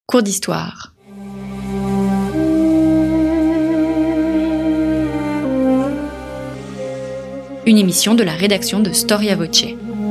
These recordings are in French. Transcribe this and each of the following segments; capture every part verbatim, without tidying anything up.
Cours d'histoire. Une émission de la rédaction de Storia Voce.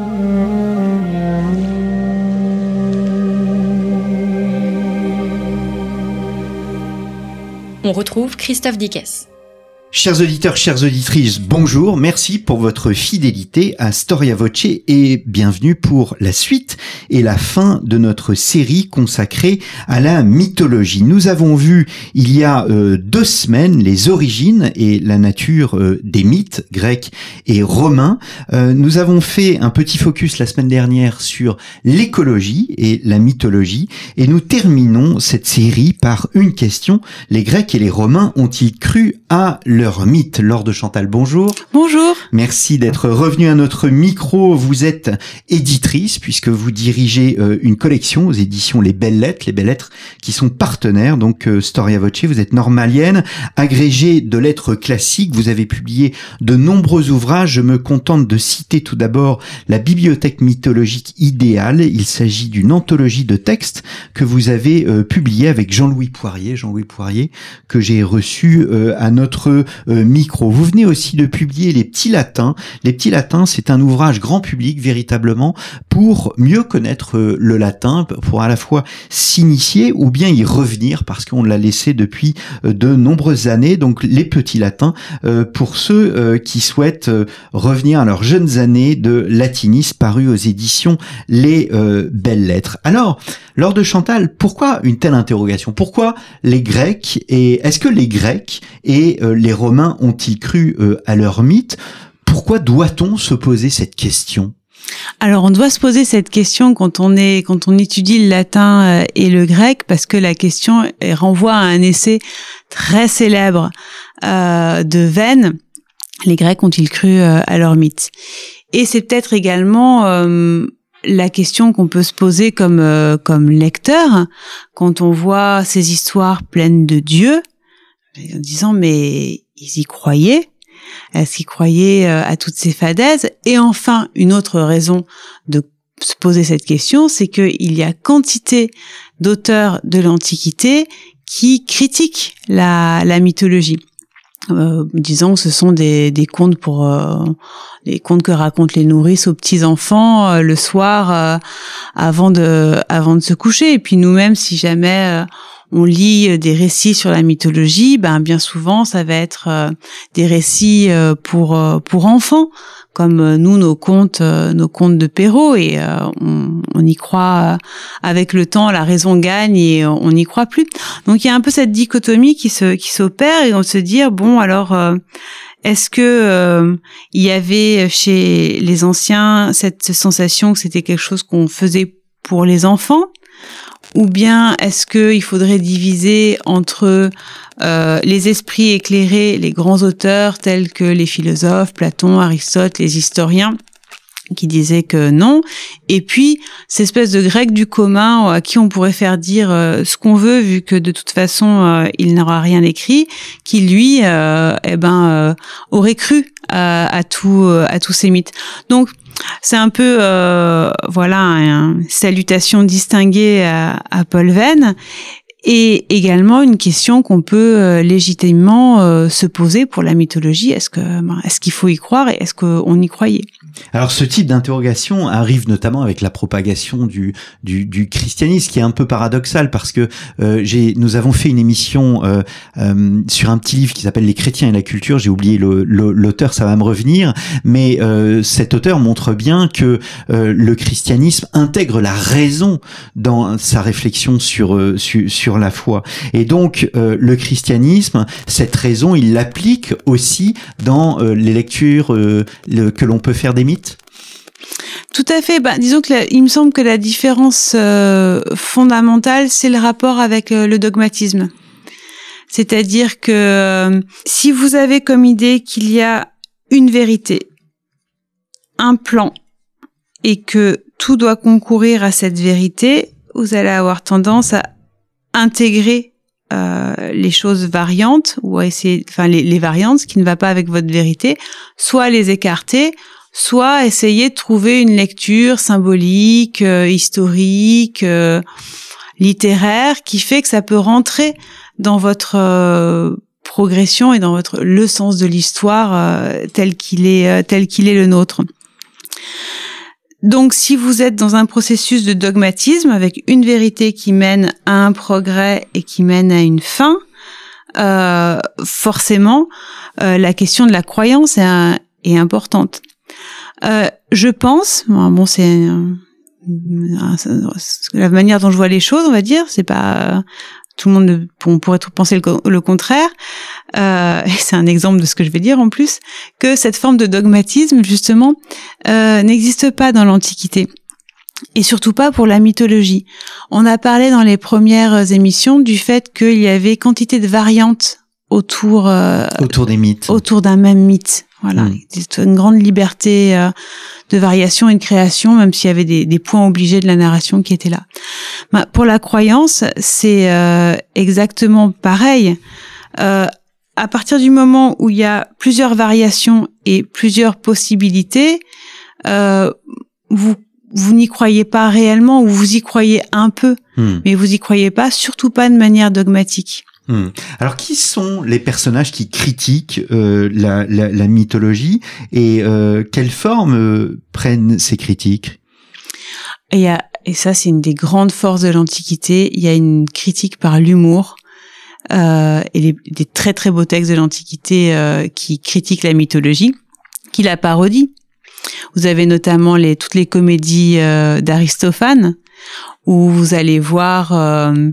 On retrouve Christophe Dickès. Chers auditeurs, chères auditrices, bonjour, merci pour votre fidélité à Storia Voce et bienvenue pour la suite et la fin de notre série consacrée à la mythologie. Nous avons vu il y a euh, deux semaines les origines et la nature euh, des mythes grecs et romains. Euh, nous avons fait un petit focus la semaine dernière sur l'écologie et la mythologie et nous terminons cette série par une question. Les Grecs et les Romains ont-ils cru à leur mythe? Laure de Chantal, bonjour. Bonjour. Merci d'être revenu à notre micro. Vous êtes éditrice puisque vous dirigez euh, une collection aux éditions Les Belles Lettres, Les Belles Lettres qui sont partenaires, donc euh, Storia Voce. Vous êtes normalienne, agrégée de lettres classiques. Vous avez publié de nombreux ouvrages. Je me contente de citer tout d'abord la Bibliothèque mythologique idéale. Il s'agit d'une anthologie de textes que vous avez euh, publiée avec Jean-Louis Poirier, Jean-Louis Poirier, que j'ai reçu euh, à notre Euh, micro. Vous venez aussi de publier Les Petits Latins. Les Petits Latins, c'est un ouvrage grand public véritablement pour mieux connaître euh, le latin, pour à la fois s'initier ou bien y revenir parce qu'on l'a laissé depuis euh, de nombreuses années. Donc Les Petits Latins euh, pour ceux euh, qui souhaitent euh, revenir à leurs jeunes années de latinisme, paru aux éditions Les euh, Belles Lettres. Alors, Laure de Chantal, pourquoi une telle interrogation? Pourquoi les Grecs et est-ce que les Grecs et euh, les Romains ont-ils cru euh, à leur mythe? Pourquoi doit-on se poser cette question? Alors, on doit se poser cette question quand on est, quand on étudie le latin et le grec, parce que la question renvoie à un essai très célèbre euh, de Vène. Les Grecs ont-ils cru euh, à leur mythe? Et c'est peut-être également euh, la question qu'on peut se poser comme euh, comme lecteur quand on voit ces histoires pleines de Dieu, en disant mais ils y croyaient? Est-ce qu'ils croyaient à toutes ces fadaises? Et enfin, une autre raison de se poser cette question, c'est qu'il y a quantité d'auteurs de l'Antiquité qui critiquent la, la mythologie. Euh, disons que ce sont des, des contes pour euh, les contes que racontent les nourrices aux petits enfants euh, le soir euh, avant de avant de se coucher. Et puis nous-mêmes, si jamais euh, on lit des récits sur la mythologie, ben bien souvent ça va être euh, des récits euh, pour euh, pour enfants, comme euh, nous nos contes euh, nos contes de Perrault, et euh, on, on y croit euh, avec le temps, la raison gagne et euh, on n'y croit plus. Donc il y a un peu cette dichotomie qui se qui s'opère et on se dit bon alors euh, est-ce que euh, il y avait chez les anciens cette sensation que c'était quelque chose qu'on faisait pour les enfants? Ou bien est-ce qu'il faudrait diviser entre euh, les esprits éclairés, les grands auteurs tels que les philosophes, Platon, Aristote, les historiens, qui disaient que non, et puis ces espèces de Grecs du commun à qui on pourrait faire dire euh, ce qu'on veut vu que de toute façon euh, il n'aura rien écrit, qui lui euh, eh ben euh, aurait cru à, à tout euh, à tous ces mythes. Donc c'est un peu euh, voilà une salutation distinguée à, à Paul Vène. Et également une question qu'on peut euh, légitimement euh, se poser pour la mythologie. Est-ce que, ben, est-ce qu'il faut y croire et est-ce qu'on y croyait? Alors ce type d'interrogation arrive notamment avec la propagation du du, du christianisme, qui est un peu paradoxal parce que euh, j'ai nous avons fait une émission euh, euh, sur un petit livre qui s'appelle Les chrétiens et la culture. J'ai oublié le, le, l'auteur, ça va me revenir, mais euh, cet auteur montre bien que euh, le christianisme intègre la raison dans sa réflexion sur euh, sur, sur la foi. Et donc euh, le christianisme, cette raison, il l'applique aussi dans euh, les lectures euh, le, que l'on peut faire des mythes. Tout à fait. Ben, disons que la, il me semble que la différence euh, fondamentale, c'est le rapport avec euh, le dogmatisme. C'est-à-dire que euh, si vous avez comme idée qu'il y a une vérité, un plan, et que tout doit concourir à cette vérité, vous allez avoir tendance à intégrer euh, les choses variantes ou à essayer, enfin les, les variantes, ce qui ne va pas avec votre vérité, soit les écarter, soit essayer de trouver une lecture symbolique, euh, historique, euh, littéraire qui fait que ça peut rentrer dans votre euh, progression et dans votre le sens de l'histoire euh, tel qu'il est euh, tel qu'il est le nôtre. Donc, si vous êtes dans un processus de dogmatisme avec une vérité qui mène à un progrès et qui mène à une fin, euh, forcément, euh, la question de la croyance est, un, est importante. Euh, je pense, bon, c'est euh, la manière dont je vois les choses, on va dire, c'est pas euh, tout le monde, on pourrait penser le, le contraire. Euh, et c'est un exemple de ce que je vais dire en plus, que cette forme de dogmatisme justement euh, n'existe pas dans l'Antiquité. Et surtout pas pour la mythologie. On a parlé dans les premières émissions du fait qu'il y avait quantité de variantes autour euh, autour des mythes, autour d'un même mythe. Voilà, mmh. Il y a une grande liberté euh, de variation et de création, même s'il y avait des, des points obligés de la narration qui étaient là. Bah, pour la croyance, c'est euh, exactement pareil. Euh, à partir du moment où il y a plusieurs variations et plusieurs possibilités, euh, vous vous n'y croyez pas réellement ou vous y croyez un peu, mmh. mais vous y croyez pas, surtout pas de manière dogmatique. Mmh. Alors, qui sont les personnages qui critiquent euh, la, la, la mythologie et euh, quelle forme euh, prennent ces critiques ? Et, y a, et ça, c'est une des grandes forces de l'Antiquité. Il y a une critique par l'humour euh, et les, des très très beaux textes de l'Antiquité euh, qui critiquent la mythologie, qui la parodient. Vous avez notamment les, toutes les comédies euh, d'Aristophane, où vous allez voir euh,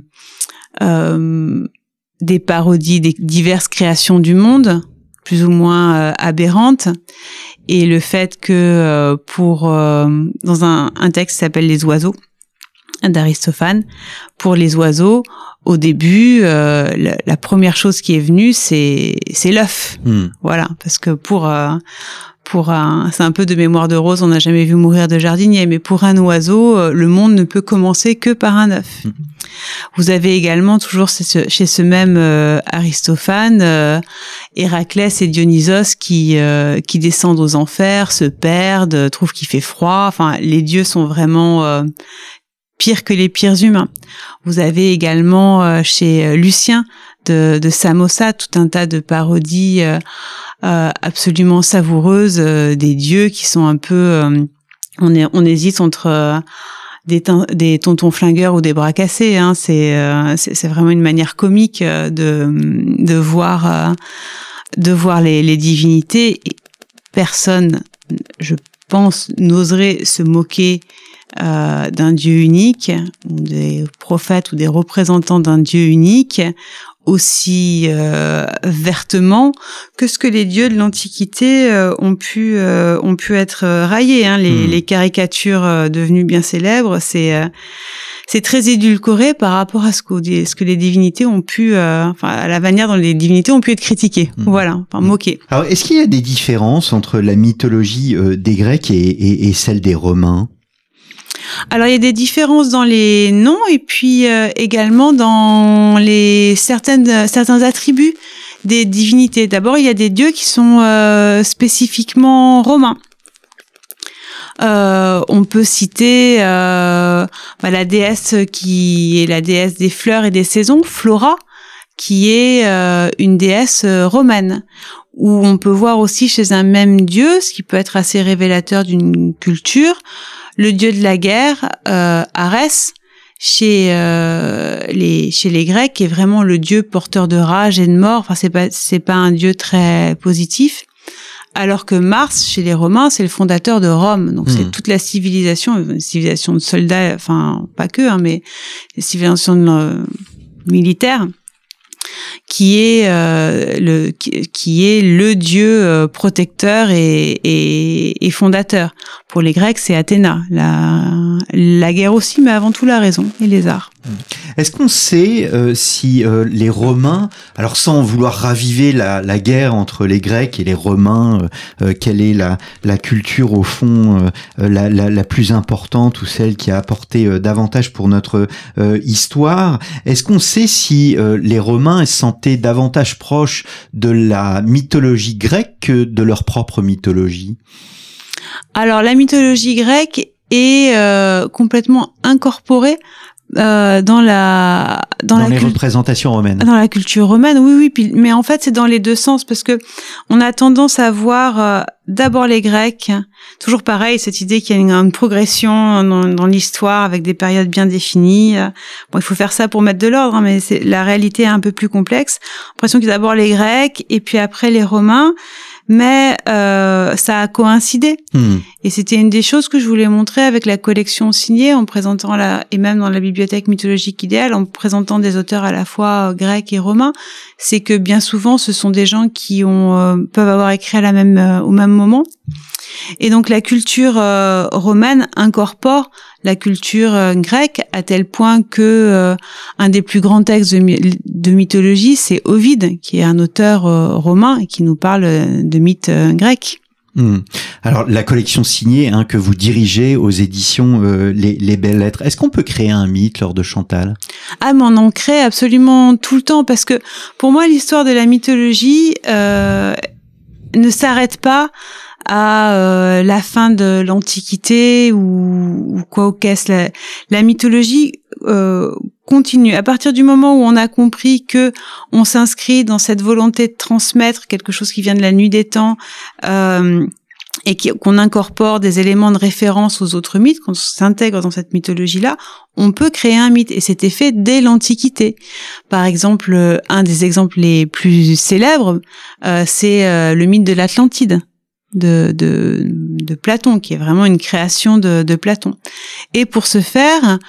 euh, des parodies des diverses créations du monde, plus ou moins euh, aberrantes, et le fait que euh, pour euh, dans un, un texte qui s'appelle Les oiseaux d'Aristophane, pour les oiseaux, au début, euh, la, la première chose qui est venue, c'est c'est l'œuf, mmh. voilà, parce que pour euh, pour un, c'est un peu de Mémoire de Rose, on n'a jamais vu mourir de jardinier, mais pour un oiseau, euh, le monde ne peut commencer que par un œuf. Mmh. Vous avez également toujours chez ce, chez ce même euh, Aristophane, euh, Héraclès et Dionysos qui euh, qui descendent aux enfers, se perdent, trouvent qu'il fait froid. Enfin, les dieux sont vraiment euh, pires que les pires humains. Vous avez également euh, chez Lucien de, de Samosate tout un tas de parodies euh, euh, absolument savoureuses euh, des dieux qui sont un peu, euh, on est, on hésite entre euh, des, des tontons flingueurs ou des bras cassés. Hein. C'est, euh, c'est, c'est vraiment une manière comique euh, de, de voir, euh, de voir les, les divinités. Et personne, je pense, n'oserait se moquer euh, d'un Dieu unique, ou des prophètes ou des représentants d'un Dieu unique, aussi euh, vertement que ce que les dieux de l'Antiquité euh, ont pu euh, ont pu être raillés. Hein. Les, mmh. les caricatures euh, devenues bien célèbres, c'est euh, c'est très édulcoré par rapport à ce que, ce que les divinités ont pu, euh, enfin à la manière dont les divinités ont pu être critiquées. Mmh. Voilà, enfin moquées. Alors, est-ce qu'il y a des différences entre la mythologie euh, des Grecs et, et, et celle des Romains ? Alors il y a des différences dans les noms et puis euh, également dans les certaines certains attributs des divinités. D'abord, il y a des dieux qui sont euh, spécifiquement romains. Euh, on peut citer euh, bah, la déesse qui est la déesse des fleurs et des saisons, Flora, qui est euh, une déesse romaine. Où on peut voir aussi chez un même dieu, ce qui peut être assez révélateur d'une culture, le dieu de la guerre, euh, Arès, chez euh, les chez les Grecs, qui est vraiment le dieu porteur de rage et de mort. Enfin, c'est pas c'est pas un dieu très positif. Alors que Mars, chez les Romains, c'est le fondateur de Rome. Donc, mmh. c'est toute la civilisation, une civilisation de soldats, enfin, pas que, hein, mais une civilisation euh, militaire, qui est euh, le qui, qui est le dieu euh, protecteur et, et, et fondateur. Pour les Grecs, c'est Athéna, la la guerre aussi, mais avant tout la raison et les arts. Est-ce qu'on sait euh, si euh, les Romains, alors sans vouloir raviver la, la guerre entre les Grecs et les Romains, euh, quelle est la, la culture au fond euh, la, la, la plus importante ou celle qui a apporté euh, davantage pour notre euh, histoire? Est-ce qu'on sait si euh, les Romains se sentaient davantage proches de la mythologie grecque que de leur propre mythologie? Alors la mythologie grecque est euh, complètement incorporée euh, dans la dans, dans, dans la les cul- représentations romaines. Dans la culture romaine, oui, oui. Puis, mais en fait, c'est dans les deux sens parce que on a tendance à voir euh, d'abord les Grecs. Toujours pareil, cette idée qu'il y a une, une progression dans, dans l'histoire avec des périodes bien définies. Bon, il faut faire ça pour mettre de l'ordre, hein, mais c'est, la réalité est un peu plus complexe. L'impression qu'il y a d'abord les Grecs et puis après les Romains. Mais euh, ça a coïncidé. Mmh. Et c'était une des choses que je voulais montrer avec la collection signée, en présentant la et même dans la bibliothèque mythologique idéale, en présentant des auteurs à la fois grecs et romains, c'est que bien souvent ce sont des gens qui ont euh, peuvent avoir écrit à la même euh, au même moment. Et donc la culture euh, romaine incorpore la culture euh, grecque à tel point que euh, un des plus grands textes de, de mythologie, c'est Ovide, qui est un auteur euh, romain et qui nous parle de mythes euh, grecs. Mmh. Alors la collection signée hein, que vous dirigez aux éditions euh, les, les Belles Lettres, est-ce qu'on peut créer un mythe lors de Chantal ? Ah mais on en crée absolument tout le temps parce que pour moi l'histoire de la mythologie euh, ne s'arrête pas à euh, la fin de l'Antiquité ou, ou quoi au caisse. La, la mythologie euh, continue. À partir du moment où on a compris que on s'inscrit dans cette volonté de transmettre quelque chose qui vient de la nuit des temps euh, et qu'on incorpore des éléments de référence aux autres mythes, qu'on s'intègre dans cette mythologie-là, on peut créer un mythe. Et c'était fait dès l'Antiquité. Par exemple, un des exemples les plus célèbres, euh, c'est euh, le mythe de l'Atlantide. De, de, de Platon, qui est vraiment une création de, de Platon. Et pour ce faire,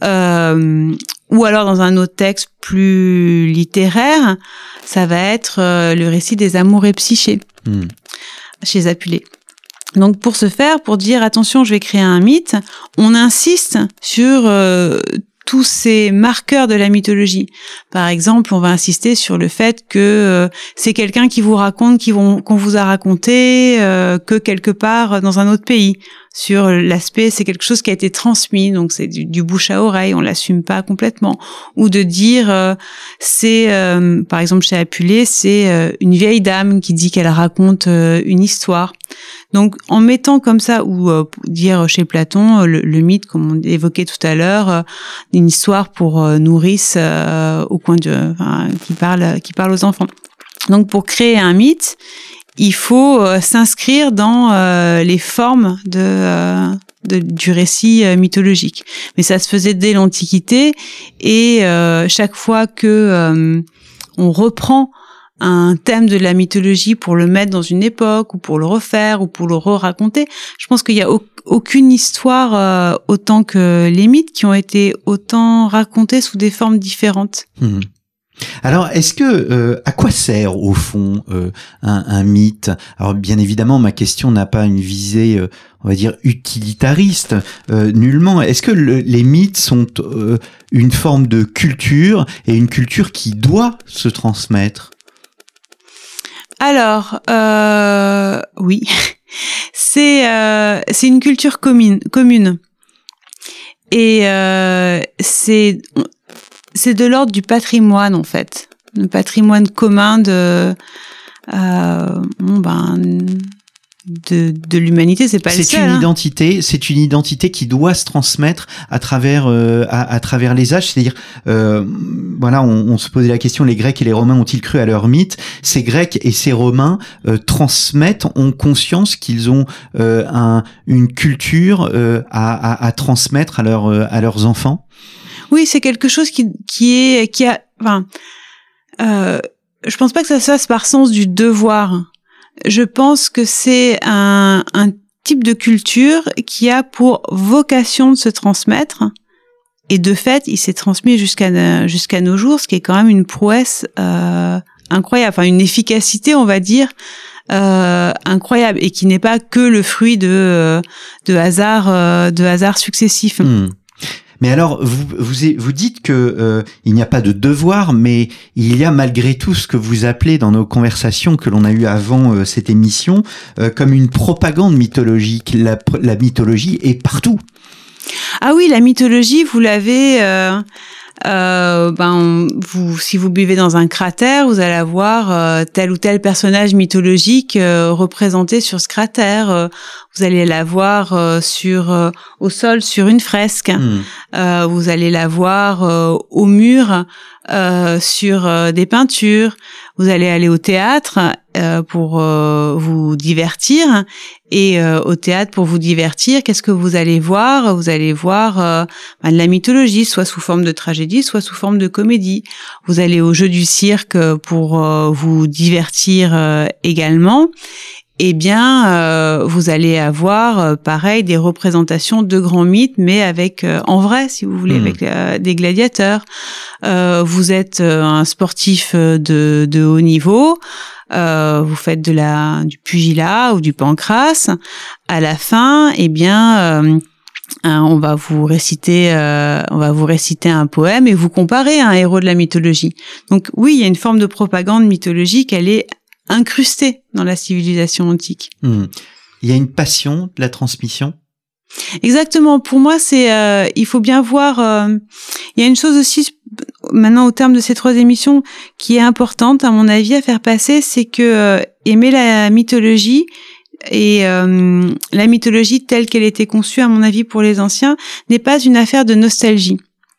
euh, ou alors dans un autre texte plus littéraire, ça va être euh, le récit des Amours et Psyché, mmh. chez Apulée. Donc pour ce faire, pour dire attention, je vais créer un mythe, on insiste sur euh, tous ces marqueurs de la mythologie. Par exemple, on va insister sur le fait que euh, c'est quelqu'un qui vous raconte, qui vont, qu'on vous a raconté euh, que quelque part dans un autre pays. Sur l'aspect, c'est quelque chose qui a été transmis, donc c'est du, du bouche à oreille, on l'assume pas complètement. Ou de dire, euh, c'est, euh, par exemple chez Apulée, c'est euh, une vieille dame qui dit qu'elle raconte euh, une histoire. Donc, en mettant comme ça, ou euh, dire chez Platon, le, le mythe, comme on évoquait tout à l'heure, euh, une histoire pour euh, nourrice euh, au coin de, enfin, qui parle, qui parle aux enfants. Donc, pour créer un mythe, il faut euh, s'inscrire dans euh, les formes de, euh, de du récit euh, mythologique. Mais ça se faisait dès l'Antiquité, et euh, chaque fois que euh, on reprend un thème de la mythologie pour le mettre dans une époque, ou pour le refaire, ou pour le re-raconter, je pense qu'il y a au- aucune histoire euh, autant que les mythes qui ont été autant racontés sous des formes différentes. Mmh. Alors, est-ce que euh, à quoi sert au fond euh, un, un mythe ? Alors, bien évidemment, ma question n'a pas une visée, euh, on va dire, utilitariste, euh, nullement. Est-ce que le, les mythes sont euh, une forme de culture, et une culture qui doit se transmettre ? Alors, euh, oui, c'est euh, c'est une culture commune, commune, et euh, c'est c'est de l'ordre du patrimoine en fait, le patrimoine commun de euh, bon ben de de l'humanité. C'est pas c'est le seul. une hein. identité, c'est une identité qui doit se transmettre à travers euh, à, à travers les âges. C'est-à-dire, euh, voilà, on, on se posait la question: les Grecs et les Romains ont-ils cru à leurs mythes ? Ces Grecs et ces Romains euh, transmettent, ont conscience qu'ils ont euh, un, une culture euh, à, à, à transmettre à leurs à leurs enfants. Oui, c'est quelque chose qui qui est qui a. Enfin, euh, je pense pas que ça se fasse par sens du devoir. Je pense que c'est un, un type de culture qui a pour vocation de se transmettre, et de fait, il s'est transmis jusqu'à jusqu'à nos jours, ce qui est quand même une prouesse euh, incroyable, enfin une efficacité, on va dire, euh, incroyable, et qui n'est pas que le fruit de de hasard euh, de hasard successifs. Mmh. Mais alors, vous, vous, vous dites que euh, il n'y a pas de devoir, mais il y a malgré tout ce que vous appelez dans nos conversations que l'on a eues avant euh, cette émission euh, comme une propagande mythologique. La, la mythologie est partout. Ah oui, la mythologie, vous l'avez, euh, euh, ben vous, si vous buvez dans un cratère, vous allez avoir euh, tel ou tel personnage mythologique euh, représenté sur ce cratère. Euh, vous allez l'avoir euh, sur euh, au sol sur une fresque. Mmh. Euh, vous allez l'avoir euh, au mur euh, sur euh, des peintures. Vous allez aller au théâtre euh, pour euh, vous divertir. Et euh, au théâtre, pour vous divertir, qu'est-ce que vous allez voir ? Vous allez voir euh, ben, de la mythologie, soit sous forme de tragédie, soit sous forme de comédie. Vous allez au jeu du cirque pour euh, vous divertir euh, également. Eh bien, euh, vous allez avoir, euh, pareil, des représentations de grands mythes, mais avec euh, en vrai, si vous voulez, mmh. avec euh, des gladiateurs. Euh, vous êtes euh, un sportif de, de haut niveau. Euh, vous faites de la du pugilat ou du pancrace. À la fin, eh bien, euh, on va vous réciter, euh, on va vous réciter un poème et vous comparer à un héros de la mythologie. Donc oui, il y a une forme de propagande mythologique. Elle est incrustée dans la civilisation antique. Mmh. Il y a une passion de la transmission. Exactement. Pour moi, c'est, euh, il faut bien voir. Euh, il y a une chose aussi maintenant au terme de ces trois émissions qui est importante, à mon avis, à faire passer, c'est que euh, aimer la mythologie et euh, la mythologie telle qu'elle était conçue, à mon avis, pour les anciens, n'est pas une affaire de nostalgie.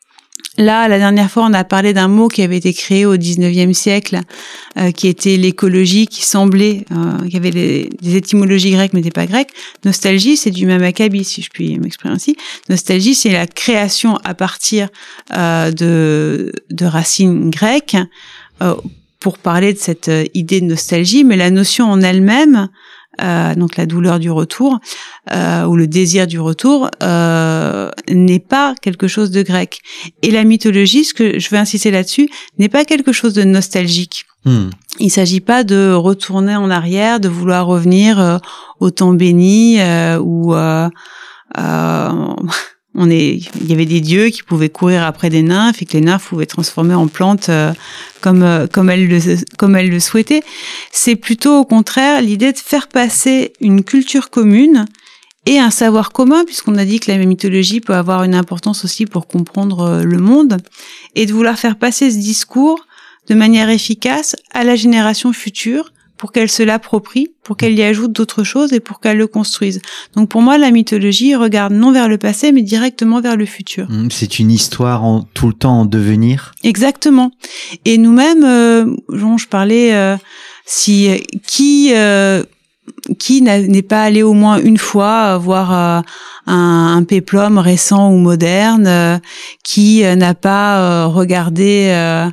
Là, la dernière fois, on a parlé d'un mot qui avait été créé au dix-neuvième siècle, euh, qui était l'écologie, qui semblait, euh, qui avait des, des étymologies grecques, mais n'était pas grecque. Nostalgie, c'est du même acabit, si je puis m'exprimer ainsi. Nostalgie, c'est la création à partir euh, de, de racines grecques euh, pour parler de cette idée de nostalgie, mais la notion en elle-même, Euh, donc la douleur du retour euh, ou le désir du retour euh, n'est pas quelque chose de grec. Et la mythologie, ce que je veux insister là-dessus, n'est pas quelque chose de nostalgique. Mmh. Il s'agit pas de retourner en arrière, de vouloir revenir euh, au temps béni euh, où euh, euh, on est, il y avait des dieux qui pouvaient courir après des nymphes et que les nymphes pouvaient transformer en plantes euh, comme euh, comme elles le comme elles le souhaitaient. C'est plutôt au contraire l'idée de faire passer une culture commune et un savoir commun, puisqu'on a dit que la mythologie peut avoir une importance aussi pour comprendre le monde, et de vouloir faire passer ce discours de manière efficace à la génération future, pour qu'elle se l'approprie, pour qu'elle y ajoute d'autres choses et pour qu'elle le construise. Donc pour moi, la mythologie regarde non vers le passé, mais directement vers le futur. C'est une histoire en, tout le temps en devenir. Exactement. Et nous-mêmes, euh, Jean, je parlais, euh, si qui euh, qui n'est pas allé au moins une fois voir euh, un, un péplum récent ou moderne, euh, qui euh, n'a pas euh, regardé euh,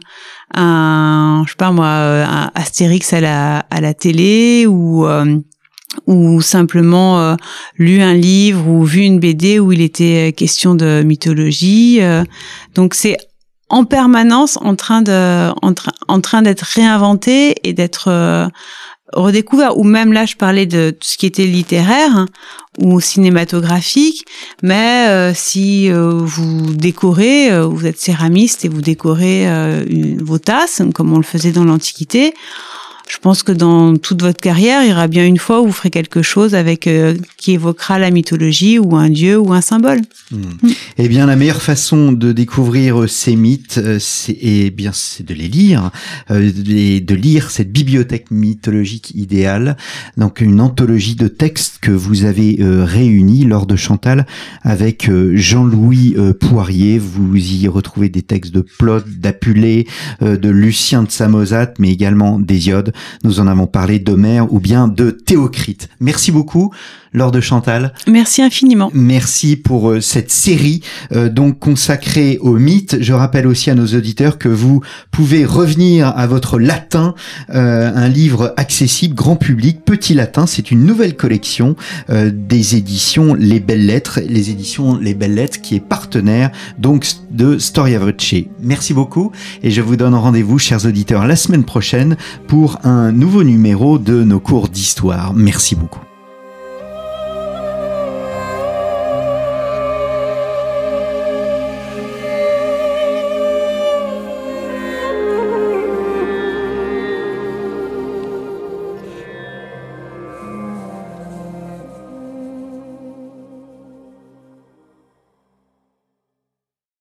un, je sais pas moi, un Astérix à la à la télé ou euh, ou simplement euh, lu un livre ou vu une B D où il était question de mythologie. Euh, donc c'est en permanence en train de en, tra- en train d'être réinventé et d'être euh, redécouvert. Ou même là, je parlais de tout ce qui était littéraire hein, ou cinématographique, mais euh, si euh, vous décorez, euh, vous êtes céramiste et vous décorez euh, une, vos tasses, comme on le faisait dans l'Antiquité, je pense que dans toute votre carrière, il y aura bien une fois où vous ferez quelque chose avec euh, qui évoquera la mythologie ou un dieu ou un symbole. Mmh. Mmh. Eh bien, la meilleure façon de découvrir ces mythes, c'est, eh bien, c'est de les lire, euh, de, de lire cette bibliothèque mythologique idéale. Donc, une anthologie de textes que vous avez euh, réunis lors de Chantal avec euh, Jean-Louis euh, Poirier. Vous y retrouvez des textes de Plot, d'Apulée, euh, de Lucien de Samosate, mais également d'Hésiode. Nous en avons parlé d'Homère ou bien de Théocrite. Merci beaucoup, Laure de Chantal. Merci infiniment. Merci pour euh, cette série euh, donc consacrée aux mythes. Je rappelle aussi à nos auditeurs que vous pouvez revenir à votre latin, euh, un livre accessible, grand public, petit latin. C'est une nouvelle collection euh, des éditions Les Belles Lettres, les éditions Les Belles Lettres qui est partenaire donc de Storia Voce. Merci beaucoup et je vous donne rendez-vous, chers auditeurs, la semaine prochaine pour un nouveau numéro de nos cours d'histoire. Merci beaucoup.